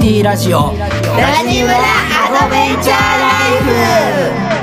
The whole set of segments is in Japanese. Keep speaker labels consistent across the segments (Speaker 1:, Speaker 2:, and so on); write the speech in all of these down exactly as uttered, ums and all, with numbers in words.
Speaker 1: ティラジオ
Speaker 2: ラジムラアドベンチャーライフ。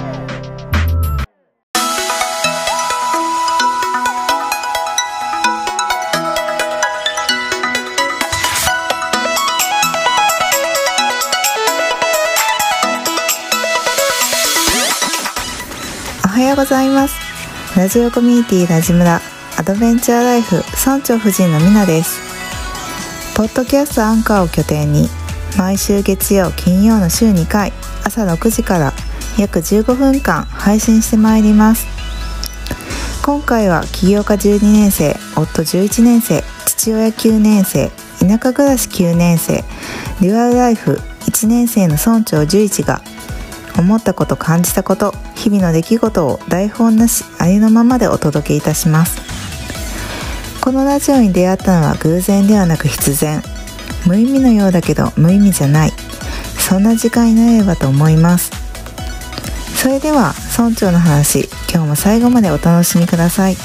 Speaker 3: おはようございます。ラジオコミュニティラジムラアドベンチャーライフ村長夫人のみなです。ポッドキャストアンカーを拠点に毎週月曜金曜の週にかい朝ろくじから約じゅうごふんかん配信してまいります。今回は起業家じゅうにねんせい、夫じゅういちねんせい、父親きゅうねんせい、田舎暮らしきゅうねんせい、デュアルライフいちねんせいの村長じゅういちが思ったこと、感じたこと、日々の出来事を台本なしありのままでお届けいたします。このラジオに出会ったのは偶然ではなく必然、無意味のようだけど無意味じゃない、そんな時間になればと思います。それでは村長の話、今日も最後までお楽しみください。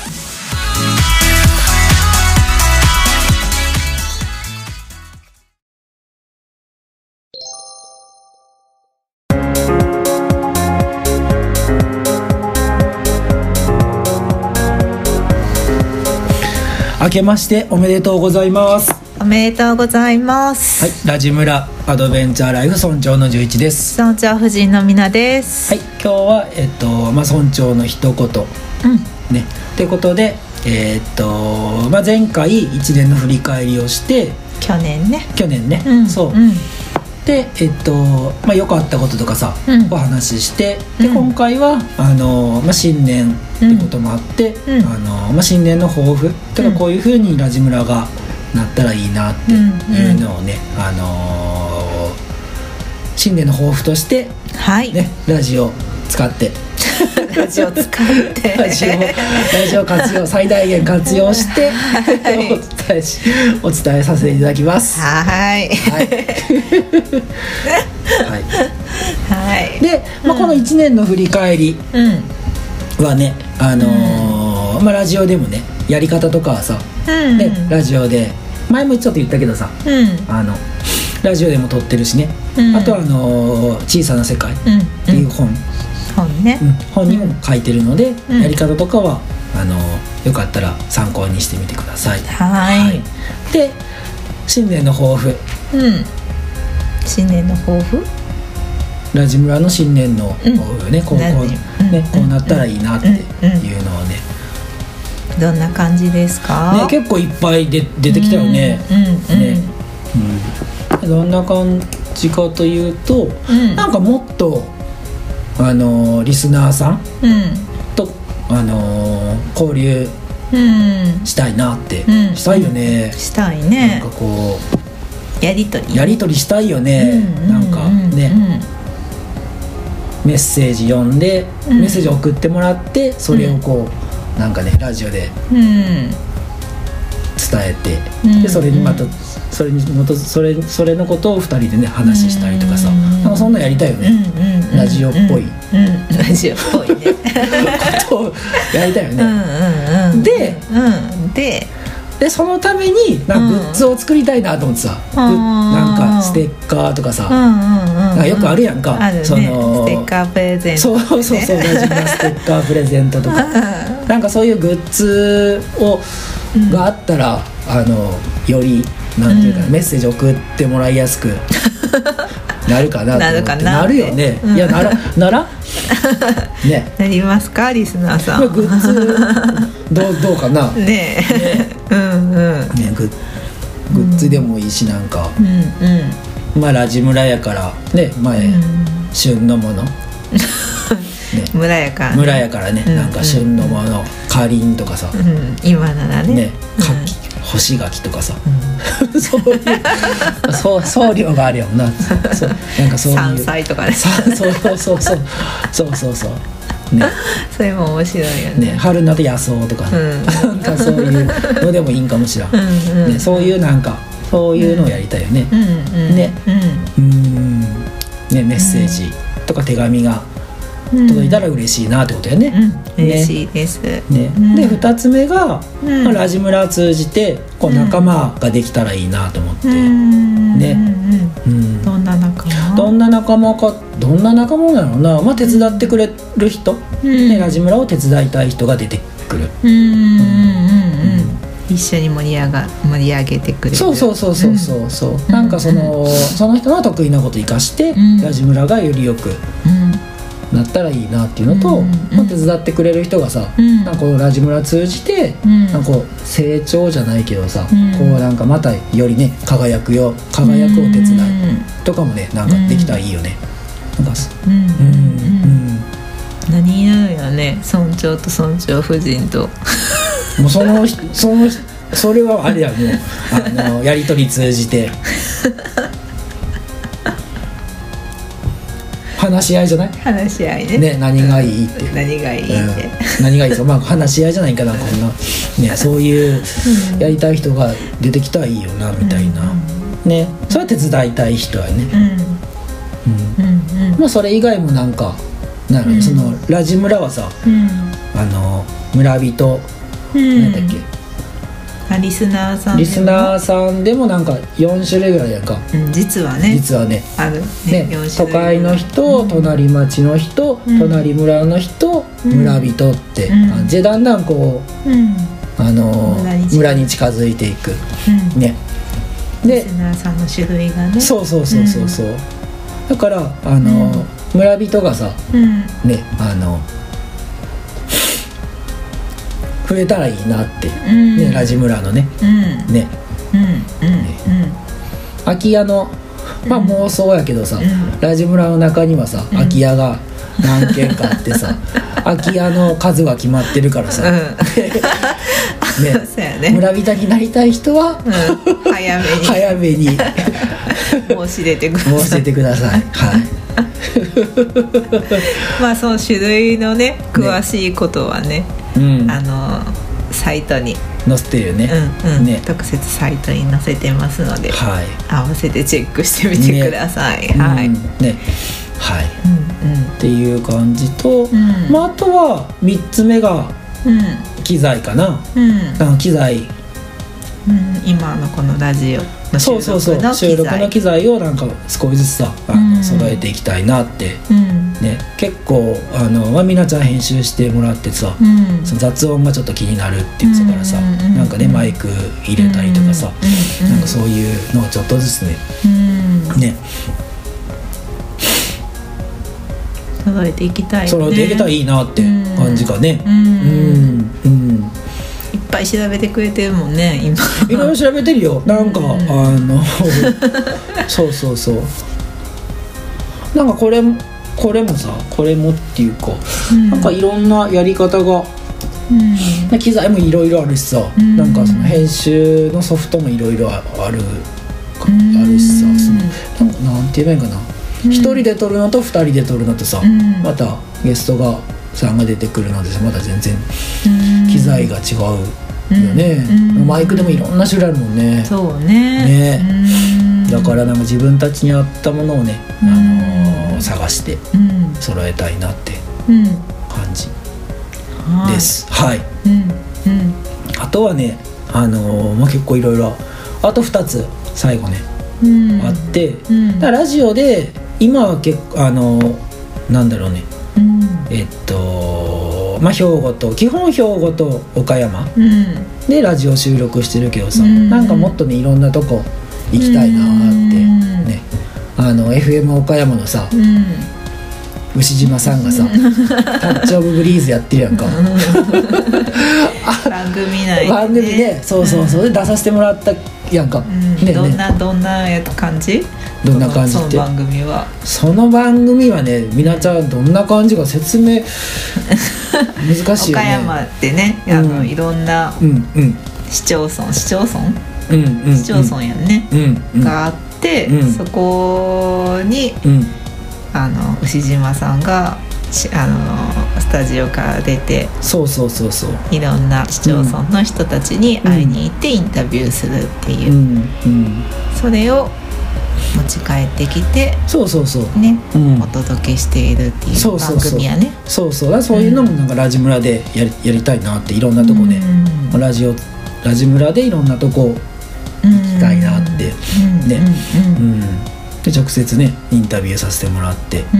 Speaker 1: 明けましておめでとうございます。
Speaker 3: おめでとうございます。
Speaker 1: はい、ラジムラアドベンチャーライフ村長のじゅういちです。
Speaker 3: 村長夫人のみなです。
Speaker 1: はい、今日はえっとまあ村長の一言、
Speaker 3: うん
Speaker 1: ねってことでえっとまあ前回いちねんの振り返りをして、
Speaker 3: 去年ね
Speaker 1: 去年ね、
Speaker 3: うん、
Speaker 1: そう、
Speaker 3: うん、
Speaker 1: でえっとまあ良かったこととかさ、
Speaker 3: うん、
Speaker 1: お話ししてで、
Speaker 3: うん、
Speaker 1: 今回はあのまあ新年ってこともあって、
Speaker 3: うん、
Speaker 1: あのまあ新年の抱負とか、こういう風にラジムラがなったらいいなっていうのをね、うんうん、あのー、新年の抱負として、
Speaker 3: はい
Speaker 1: ね、ラジオ使って
Speaker 3: ラジオ使って
Speaker 1: ラジオラジオ活用最大限活用して、はい、お伝えしお伝えさせていただきます。
Speaker 3: はい
Speaker 1: はいはい
Speaker 3: はい。
Speaker 1: で、まあ、このいちねんの振り返りはね、あのーうん、まあ、ラジオでもねやり方とかはさ、うんね、ラジオで前もちょっと言ったけどさ、うん、あのラジオでも撮ってるしね、うん、あとはあの小さな世界っていう本、うん、
Speaker 3: 本ね、
Speaker 1: うん、本にも書いてるので、うん、やり方とかはあのよかったら参考にしてみてください。
Speaker 3: はい、はい。
Speaker 1: で新年の抱負、
Speaker 3: うん、新年の抱負、
Speaker 1: ラジムラの新年の抱負ね、うん、こうこう、ね、こうなったらいいなっていうのをね、
Speaker 3: どんな感じですか？
Speaker 1: ね、結構いっぱいで出てきたよね。
Speaker 3: うんうんうん
Speaker 1: ね、うん、どんな感じかというと、うん、なんかもっとあのー、リスナーさん、うん、とあのー、交流したいなって、うん、したいよね、
Speaker 3: うん、したいね。
Speaker 1: なんかこう
Speaker 3: やりとり
Speaker 1: やりとりしたいよね、うん、なんかね、うん、メッセージ読んで、うん、メッセージ送ってもらってそれをこう、うん、なんかねラジオで伝えて、うん、でそれにまたそれにもとそれそれのことをふたりでね話したりとかさ、うん、なんかそんなやりたいよね、うんうん、ラジオっぽい、
Speaker 3: うんうん、ラジオっぽいね
Speaker 1: ことをやりたいよね。
Speaker 3: うんうんうん、で、うん、で
Speaker 1: でそのためになんかグッズを作りたいなと思ってさ、うん、なんかステッカーとかさ、うんうんうん、なんかよくあるやんか、
Speaker 3: あるね、そのステッカープレゼント、
Speaker 1: そうそうそうそう、ラジマステッカープレゼントとかなんかそういうグッズを、うん、があったらあのよりなんていうか、うん、メッセージ送ってもらいやすくなるかなと思って
Speaker 3: なるかな
Speaker 1: なるよね、うん、いやならならね
Speaker 3: なりますかリスナーさん。
Speaker 1: グッズどうどうかな
Speaker 3: ねえ、ねうんうん
Speaker 1: ね、グ, グッズでもいいし、なんか、うんうん、まあラジムラやからね前、うん、旬のもの、ね、
Speaker 3: 村やから
Speaker 1: ね、村やからね、うん、なんか旬のもの、うん、かりんとかさ、
Speaker 3: うん、今ならね、
Speaker 1: ね、かき、うん、干し柿とかさ、うん、そういうそう送料があるよなそうなんかそういう
Speaker 3: 山菜とかね
Speaker 1: そうそうそうそうそうそうそうね、
Speaker 3: それも面白いよね。
Speaker 1: ね、春になって野草とか、ね、うん、なんかそういうのでもいいんかもしれん、うん、ね、そういうなんかそういうのをやりたいよね、うんうん、ね、うん、うんね、メッセージとか手紙が届いたら嬉しいなってことやね、
Speaker 3: うん、嬉しいです、
Speaker 1: ね
Speaker 3: うん、
Speaker 1: でふたつめが、
Speaker 3: うん
Speaker 1: まあ、ラジムラ通じてこう仲間ができたらいいなと思って、
Speaker 3: うん
Speaker 1: ね、
Speaker 3: うんうん、
Speaker 1: うん、
Speaker 3: どんな仲間
Speaker 1: どんな仲間かどんな仲間なのな、まあ、手伝ってくれる人、
Speaker 3: うん
Speaker 1: ね、ラジムラを手伝いたい人が出てくる、
Speaker 3: うんうんうんうん一緒に盛り上が盛り上げてくれる。
Speaker 1: そうそうそうそうそうそう、うん、なんかそのその人の得意なことを生かして、うん、ラジムラがよりよくなったらいいなっていうのと、うんまあ、手伝ってくれる人がさ、うん、なんかこのラジムラ通じて、うん、なんかこう成長じゃないけどさ、うん、こうなんかまたよりね輝くよ輝くお手伝いとかもねなんかできたらいいよね、うん、なんかうんうんうん、
Speaker 3: 何になるよね村長と村長夫人と
Speaker 1: もうそのそのそれはあれやもうあのやり取り通じて話し合いじゃない
Speaker 3: 話し合いね
Speaker 1: ね何がいいって
Speaker 3: 何がいいって、うん、
Speaker 1: 何がいいですか、まあ、話し合いじゃないかなこんな、ね、そういうやりたい人が出てきたらいいよなみたいな、うん、ねそれは手伝いたい人はね、うんうんうん、まあそれ以外もなんかなんか、ねうん、そのラジ村はさ、うん、あの村人うん、何だっけ
Speaker 3: あリスナーさん
Speaker 1: リスナーさんでもなんかよん種類ぐらいやんか、
Speaker 3: うん、実はね
Speaker 1: 実はね
Speaker 3: ある
Speaker 1: ねね都会の人、うん、隣町の人、うん、隣村の人、うん、村人って感じでだんだんこう、うん、あの村に、村に近づいていく、うん、ね
Speaker 3: でリスナーさんの種類がね
Speaker 1: そうそうそうそうそう、うん、だからあの、うん、村人がさ、うん、ねあの増えたらいいなって、うんね、ラジ村のね、うん、ね、うんうんねうん、空き家の、まあ、妄想やけどさ、うん、ラジ村の中にはさ、うん、空き家が何軒かあってさ空き家の数は決まってるからさ、うんねそうやね、村人になりたい人は、うん、早めに早めに
Speaker 3: 申し出てください
Speaker 1: 申し出てくださいはい
Speaker 3: まあその種類のね詳しいことはね、ねうん、あのサイトに
Speaker 1: 載せてるよね、
Speaker 3: うんうん
Speaker 1: ね
Speaker 3: 特設サイトに載せてますので、
Speaker 1: はい、
Speaker 3: 合わせてチェックしてみてください、
Speaker 1: ね
Speaker 3: はい、
Speaker 1: うん、ねはい、うんうん、っていう感じと、うんまあ、あとはみっつめが機材かな、うん、だから機材、うん、
Speaker 3: 今のこのラジオの収録の機材
Speaker 1: そうそうそう収録の機材をなんか少しずつさあの、うん、揃えていきたいなって、うんね、結構あの、まあ、みなちゃん編集してもらってさ、うん、その雑音がちょっと気になるって言ってたからさ、うん、なんかねマイク入れたりとかさ、うん、なんかそういうのをちょっとずつね、うん、ね
Speaker 3: 揃えていきたいよね
Speaker 1: 揃えていけたらいいなって感じかね、うん
Speaker 3: うんうんいっぱい調べてくれてるもんね今
Speaker 1: いろいろ調べてるよなんか、うん、あのそうそうそうなんかこれこれもさこれもっていうか、うん、なんかいろんなやり方が、うん、機材もいろいろあるしさ、うん、なんかその編集のソフトもいろいろある、あるしさ、そのなんかなんて言えばいいかな一、うん、人で撮るのと二人で撮るのとさ、うん、またゲストがさんが出てくるのでまた全然機材が違うよね、うん、マイクでもいろんな種類あるもんね
Speaker 3: そうね
Speaker 1: ねだからなんか自分たちに合ったものをね、あのー、探して揃えたいなって感じです、うん、はい、うんうん、あとはね、あのーまあ、結構いろいろあとふたつ最後ね、うん、あって、うん、だからラジオで今は結構あのー、なんだろうね、うん、えっとまあ兵庫と基本兵庫と岡山、うん、でラジオ収録してるけどさ、うん、なんかもっとねいろんなとこ行きたいなってね、あの エフエム 岡山のさ、うん、牛島さんがさタッチオブブリーズやってるやんか
Speaker 3: 番組内で、ね、
Speaker 1: 番組でそうそうそうで出させてもらったやんか、うん
Speaker 3: ね、どんなどんな感じ
Speaker 1: どんな感じって
Speaker 3: その番組は
Speaker 1: その番組はねみなちゃんどんな感じか説明難しいよね
Speaker 3: 岡山ってねあの、うん、いろんな市町村市町村うんうん、市町村やんね、うんうん、があって、うん、そこに、うん、あの牛島さんがあのスタジオから出て
Speaker 1: そうそうそうそう
Speaker 3: いろんな市町村の人たちに会いに行ってインタビューするっていう、うんうん、それを持ち帰ってきて
Speaker 1: そうそうそう
Speaker 3: ね、
Speaker 1: うん、
Speaker 3: お届けしているっていう
Speaker 1: そうそうそう
Speaker 3: 番組やね。
Speaker 1: そうそうだそういうのもなんかラジ村でやり、やりたいなっていろんなとこで、うん、ラジオラジ村でいろんなとこ行きたいなって、うん、ね、うんうん、で直接ねインタビューさせてもらって、うん、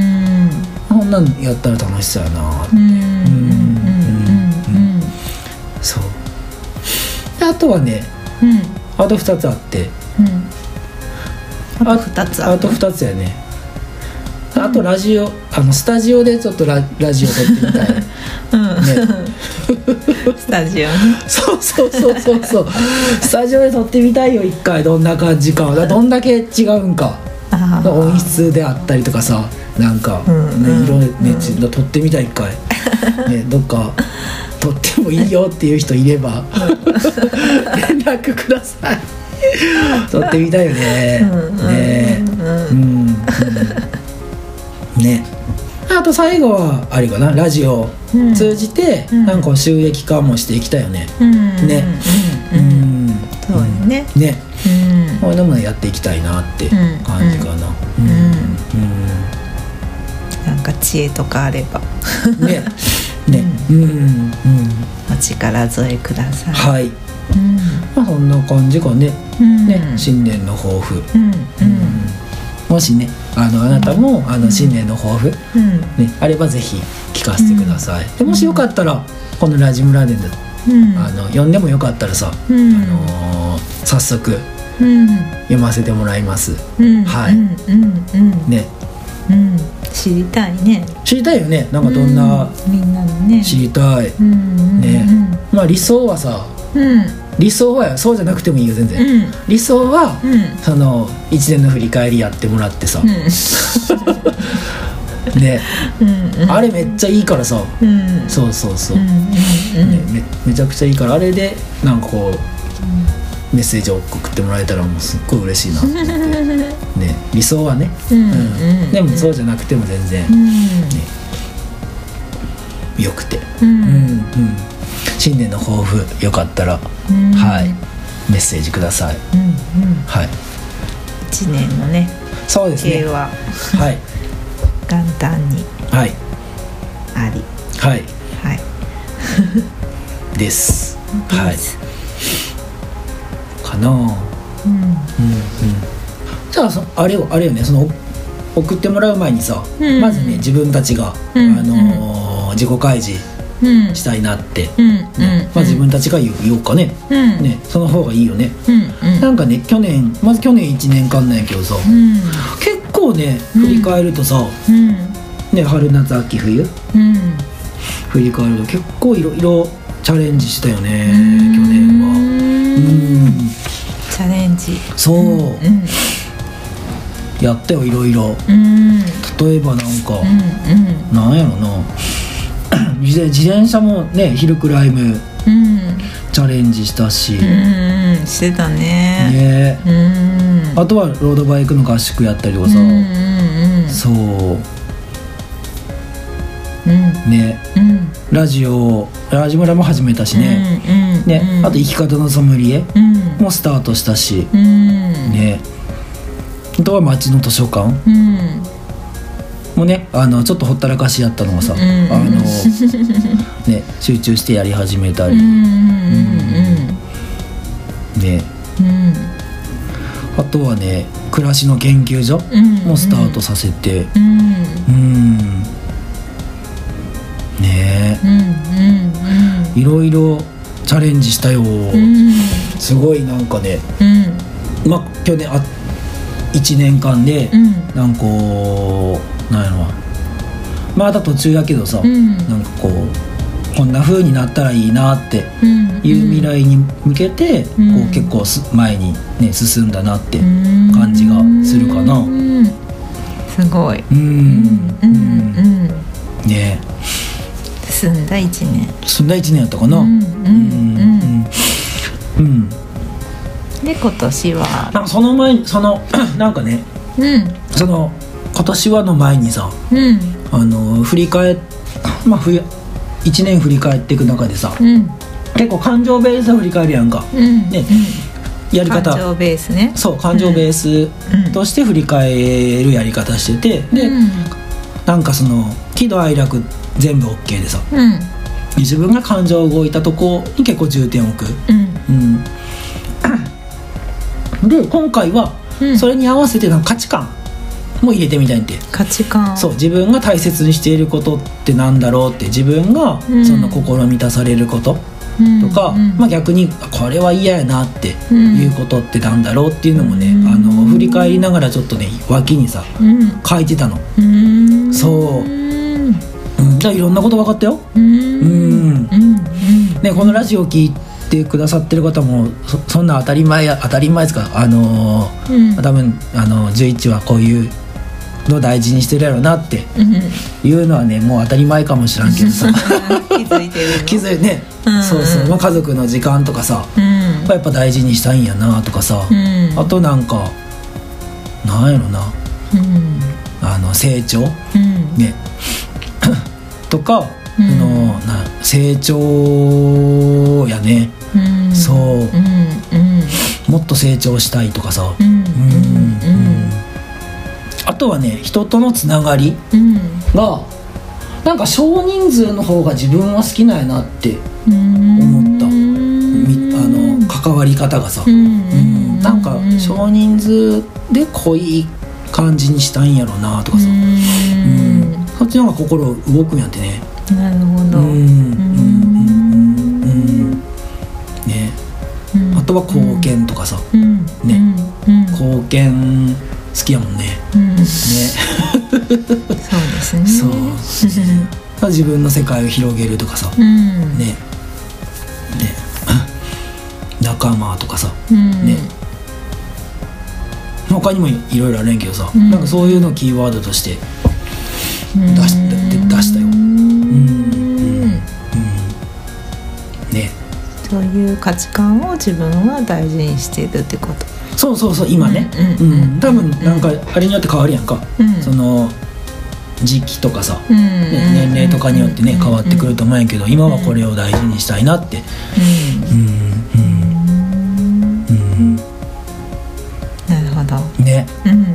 Speaker 1: こんなんやったら楽しそうやなって、うんうんうんうん、そうであとはね、うん、あとふたつあって、うん、あとふたつある、あとふたつやね。あとラジオ、あのスタジオでちょっと ラ, ラジオ撮ってみたい、うんね、
Speaker 3: スタジオね
Speaker 1: そうそうそうそうそうスタジオで撮ってみたいよ一回、どんな感じか、どんだけ違うんか、音質であったりとかさ、なんか、うんね、色ね、うん、撮ってみたい一回、ね、どっか撮ってもいいよっていう人いれば連絡ください撮ってみたいよね、うんね、うんうんうんね、あと最後はあれかな、ラジオを通じてなんか収益化もしていきたいよね、うん、ね、うん、うん、
Speaker 3: そうね、
Speaker 1: ね、うん、こういうのもやっていきたいなって感じかな、うんうんうん、
Speaker 3: なんか知恵とかあれば
Speaker 1: ねね、うんうんうん、
Speaker 3: お力添えください。
Speaker 1: はい、うん、まあそんな感じかね、うん、ね、新年の抱負、うんうん、もしね あのあなたも、うん、あの新年の抱負、うんね、あればぜひ聞かせてください、うん、でもしよかったらこのラジ村で、うん、あの読んでもよかったらさ、うん、あのー、早速、うん、読ませてもらいます、うん、はい、うんうんうん、ね、
Speaker 3: うん、知りたいね、
Speaker 1: 知りたいよね、なんかどんな、
Speaker 3: うん、みんなのね
Speaker 1: 知りたい、うんうん、ね、まあ理想はさ、うん、理想はそうじゃなくてもいいよ全然、うん、理想は、うん、そのいちねんの振り返りやってもらってさ、うん、ね、うんうん、あれめっちゃいいからさ、うん、そうそうそう、うんうんうん、ね、め, めちゃくちゃいいから、あれでなんかこう、うん、メッセージを送ってもらえたらもうすっごい嬉しいなと思ってね、理想はね、うんうんうん、でもそうじゃなくても全然、うんね、よくて、うんうんうん、新年の抱負よかったら、うん、はい、メッセージください、うんうん、はい、い
Speaker 3: ちねんのね、
Speaker 1: そうですね、
Speaker 3: 平和、
Speaker 1: はい、
Speaker 3: 元旦に
Speaker 1: はい
Speaker 3: あり、
Speaker 1: はい
Speaker 3: はい
Speaker 1: です、はい、かな、うんうんうん、じゃああれあれよね、その送ってもらう前にさ、うん、まずね自分たちが、うん、あのー、自己開示したいなって、うんね、まあ、自分たちが言おうかね、うん、ね、その方がいいよね、うんうん、なんかね去年まず去年いちねんかんなんやけどさ、うん、結構ね振り返るとさ、うん、ね、春夏秋冬、うん、振り返ると結構いろいろチャレンジしたよね、去年は、うん、
Speaker 3: チャレンジ、
Speaker 1: そう、うんうん、やったよいろいろ、うん、例えばなんか、うんうん、なんやろな自転車もねヒルクライム、うん、チャレンジしたし、
Speaker 3: うん、してたね、
Speaker 1: ね、うん、あとはロードバイクの合宿やったりとかさ、うんうんうん、そう、うん、ね、うん、ラジオラジ村も始めたしね、うんうんうん、ね、あと生き方のソムリエもスタートしたし、うん、ね、あとは町の図書館、うん、もうね、あのちょっとほったらかしやったのがさ、うん、あのね、集中してやり始めたり、うんうんうん、ね、うん、あとはね暮らしの研究所もスタートさせて、うんうんうん、ね、うんうんうん、いろいろチャレンジしたよ、うん、すごいなんかね、うん、まあ去年あいちねんかんで、うん、なんかこうなんやろな、まだ途中やけどさ、うん、なんかこうこんな風になったらいいなっていう未来に向けて、うん、こう結構す前にね進んだなって感じがするかな、うん、
Speaker 3: すごい、
Speaker 1: うんうんうん、ね、
Speaker 3: 進んだいちねん
Speaker 1: 進んだいちねんやったかな、うんうんうんうん、
Speaker 3: で今年は
Speaker 1: なんかその前にそのなんかね、うん、その今年はの前にさ、うん、あの振り返っまあ冬いちねん振り返っていく中でさ、うん、結構感情ベースで振り返るやんか、うん、ね、 やり方、
Speaker 3: 感情ベースね。
Speaker 1: そう感情ベースとして振り返るやり方してて、で、
Speaker 3: うん、
Speaker 1: なんかその喜怒哀楽全部 OK でさ、
Speaker 3: うん、
Speaker 1: 自分が感情動いたとこに結構重点を置く、
Speaker 3: うん
Speaker 1: うん、で今回はそれに合わせてなんか価値観も入れてみたいんで、
Speaker 3: 価値観、
Speaker 1: そう自分が大切にしていることってなんだろうって、自分がその心満たされることとか、
Speaker 3: うんうん
Speaker 1: まあ、逆にこれは嫌やなっていうことってなんだろうっていうのもね、
Speaker 3: うん
Speaker 1: あの振り返りながらちょっとね脇にさ
Speaker 3: うん
Speaker 1: 書いてたの、
Speaker 3: うん、
Speaker 1: そう、うん、だからいろんなこと分かったよ、
Speaker 3: うん、
Speaker 1: うん
Speaker 3: うん
Speaker 1: ね、このラジオを聞いてくださってる方も そ, そんな当たり前や当たり前ですか、あのー
Speaker 3: うん、
Speaker 1: 多分あのじゅういちはこういうの大事にしてるやろうなっていうのはねもう当たり前かもしらんけどさ
Speaker 3: 気づいてるの
Speaker 1: 気づいてね、
Speaker 3: うんうん、
Speaker 1: そうそう、まあ、家族の時間とかさ、
Speaker 3: うん、
Speaker 1: やっぱ大事にしたいんやなとかさ、
Speaker 3: うん、
Speaker 1: あとなんかなんやろな、
Speaker 3: うん、
Speaker 1: あの成長、
Speaker 3: うん、
Speaker 1: ねとか、うん、のな成長やね、うん、そう、うんうん、もっと成長したいとかさ、うんうんうん、あとはね人とのつながりが、なんか少人数の方が自分は好きなんやなって思った、みあの関わり方がさ、うん、なんか少人数で濃い感じにしたいんやろうなとかさ、うん、そっちの方が心動くんやってね。
Speaker 3: なるほど、うんうんうん
Speaker 1: うんね、うん、あとは貢献とかさ、うん、ね、うん、貢献好きやもんね、うん、ね
Speaker 3: そうですね、
Speaker 1: そう自分の世界を広げるとかさ、うん、ねね仲間とかさ、うん、ね他にもいろいろあるんやけどさ、うん、なんかそういうのをキーワードとして出し、うん、出したよ、うんうんうん、ね
Speaker 3: そういう価値観を自分は大事にしているってこと。
Speaker 1: そうそうそう今ね、うんうんうん、多分なんかあれによって変わるやんか、うん、その時期とかさ、うんね、年齢とかによってね変わってくると思うんやけど、今はこれを大事にしたいなって、うんうんうん、
Speaker 3: なるほど
Speaker 1: ね、うんうん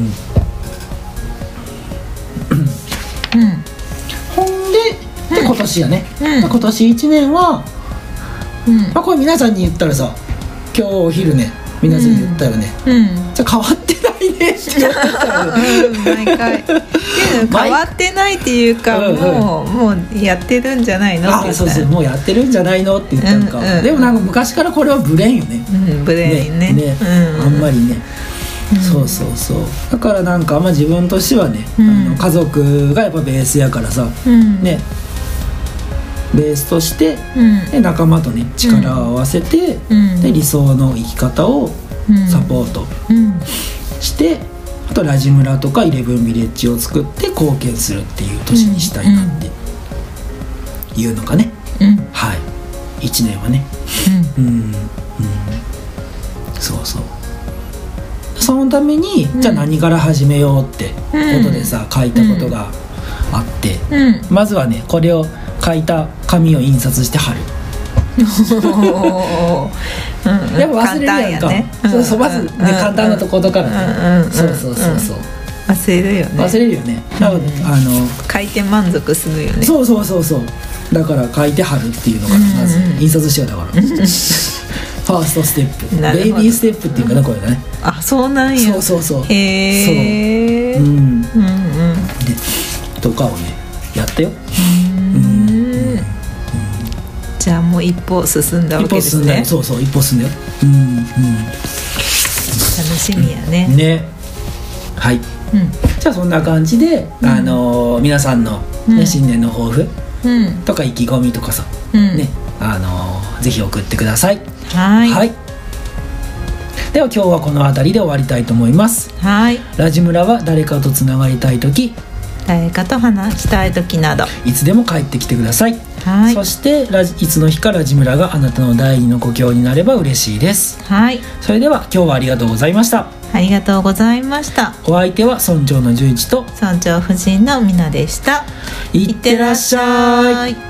Speaker 1: うん、ほんで、で今年やね、うん、今年いちねんは、うんまあ、これ皆さんに言ったらさ今日お昼ね皆さんに言ったよね、うんうん、じゃあ変わってないねって言ったら、うん、
Speaker 3: 毎回変わってないっていうか、うんうん、もう、もうやってるんじゃないのって言ったら、
Speaker 1: あそうそうもうやってるんじゃないのって言ったのか、うんうん、でもなんか昔からこれはブレんよね、
Speaker 3: うん、ブレんね、ね、ね、
Speaker 1: うん、あんまりね、うん、そうそうそうだからなんか、まあ、自分としてはね、うん、あの家族がやっぱベースやからさ、うん、ねベースとして、うん、で仲間とね力を合わせて、うん、で理想の生き方をサポートして、うん、あとラジムラとかイレブンビレッジを作って貢献するっていう年にしたいなっていうのがね、うん、はいいちねんはね、うんうんうん、そうそうそのために、うん、じゃあ何から始めようってことでさ、うん、書いたことがあって、うん、まずはねこれを書いた紙を印刷して貼るでも忘れるやんか、ね、そうそうまず、ね、簡単なところからね、うん、そうそうそうそう
Speaker 3: 忘れるよね
Speaker 1: 忘れるよね、うん、あの
Speaker 3: 書いて満足するよね
Speaker 1: そうそうそうそうだから書いて貼るっていうのがまず印刷しようだからファーストステップベイビーステップっていうかなこれだね
Speaker 3: あそうなんや
Speaker 1: そうそうそう
Speaker 3: へえそう、うんうんうん、で
Speaker 1: とかをねやったよ
Speaker 3: じゃあもう一歩進んだわけですね。
Speaker 1: 一歩進んだそうそう一歩進んだよ、うんうん、
Speaker 3: 楽しみやね、
Speaker 1: うん、ねはい、うん、じゃあそんな感じで、うん、あのー、皆さんの、ねうん、新年の抱負、うん、とか意気込みとかさ、うん、ねあのー、ぜひ送ってください。
Speaker 3: はい、
Speaker 1: はい、では今日はこの辺りで終わりたいと思います。
Speaker 3: はい、
Speaker 1: ラジムラは誰かとつながりたいとき
Speaker 3: 誰かと話したい時など
Speaker 1: いつでも帰ってきてください。
Speaker 3: はい、
Speaker 1: そしてラジいつの日かラジムラがあなたの第二の故郷になれば嬉しいです。
Speaker 3: はい、
Speaker 1: それでは今日はありがとうございました。
Speaker 3: ありがとうございました。
Speaker 1: お相手は村長のじゅういちと
Speaker 3: 村長夫人のみなでした。
Speaker 1: いってらっしゃい。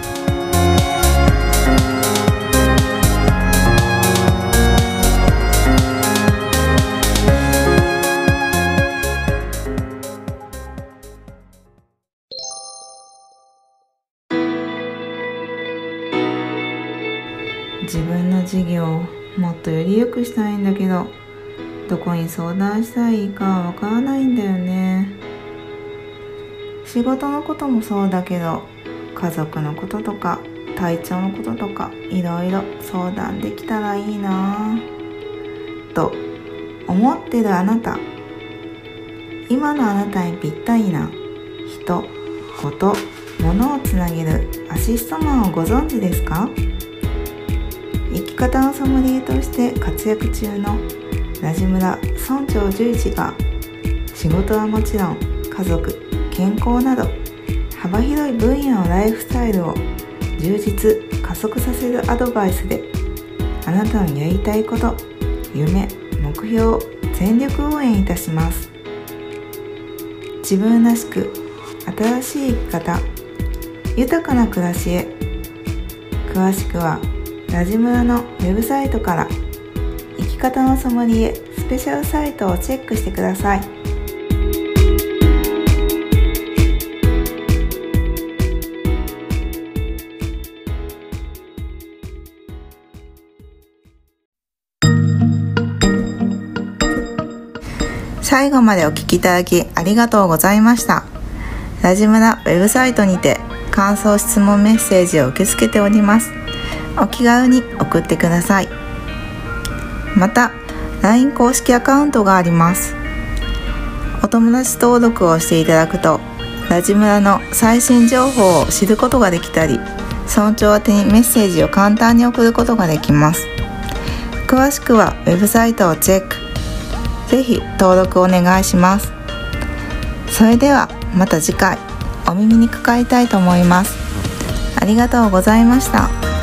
Speaker 3: 事業もっとより良くしたいんだけど、どこに相談したらいいかわからないんだよね。仕事のこともそうだけど、家族のこととか体調のこととかいろいろ相談できたらいいなぁと思ってるあなた、今のあなたにぴったりな人、こと、物をつなげるアシストマンをご存知ですか？生き方のソムリエとして活躍中のラジムラ村長十一が、仕事はもちろん家族、健康など幅広い分野のライフスタイルを充実加速させるアドバイスで、あなたのやりたいこと、夢、目標を全力応援いたします。自分らしく新しい生き方、豊かな暮らしへ。詳しくはラジムラのウェブサイトから生き方のソムリエスペシャルサイトをチェックしてください。最後までお聞きいただきありがとうございました。ラジムラウェブサイトにて感想、質問、メッセージを受け付けております。お気軽に送ってください。また ライン 公式アカウントがあります。お友達登録をしていただくと、ラジムラの最新情報を知ることができたり、村長宛てにメッセージを簡単に送ることができます。詳しくはウェブサイトをチェック。ぜひ登録お願いします。それではまた次回お耳にかかりたいと思います。ありがとうございました。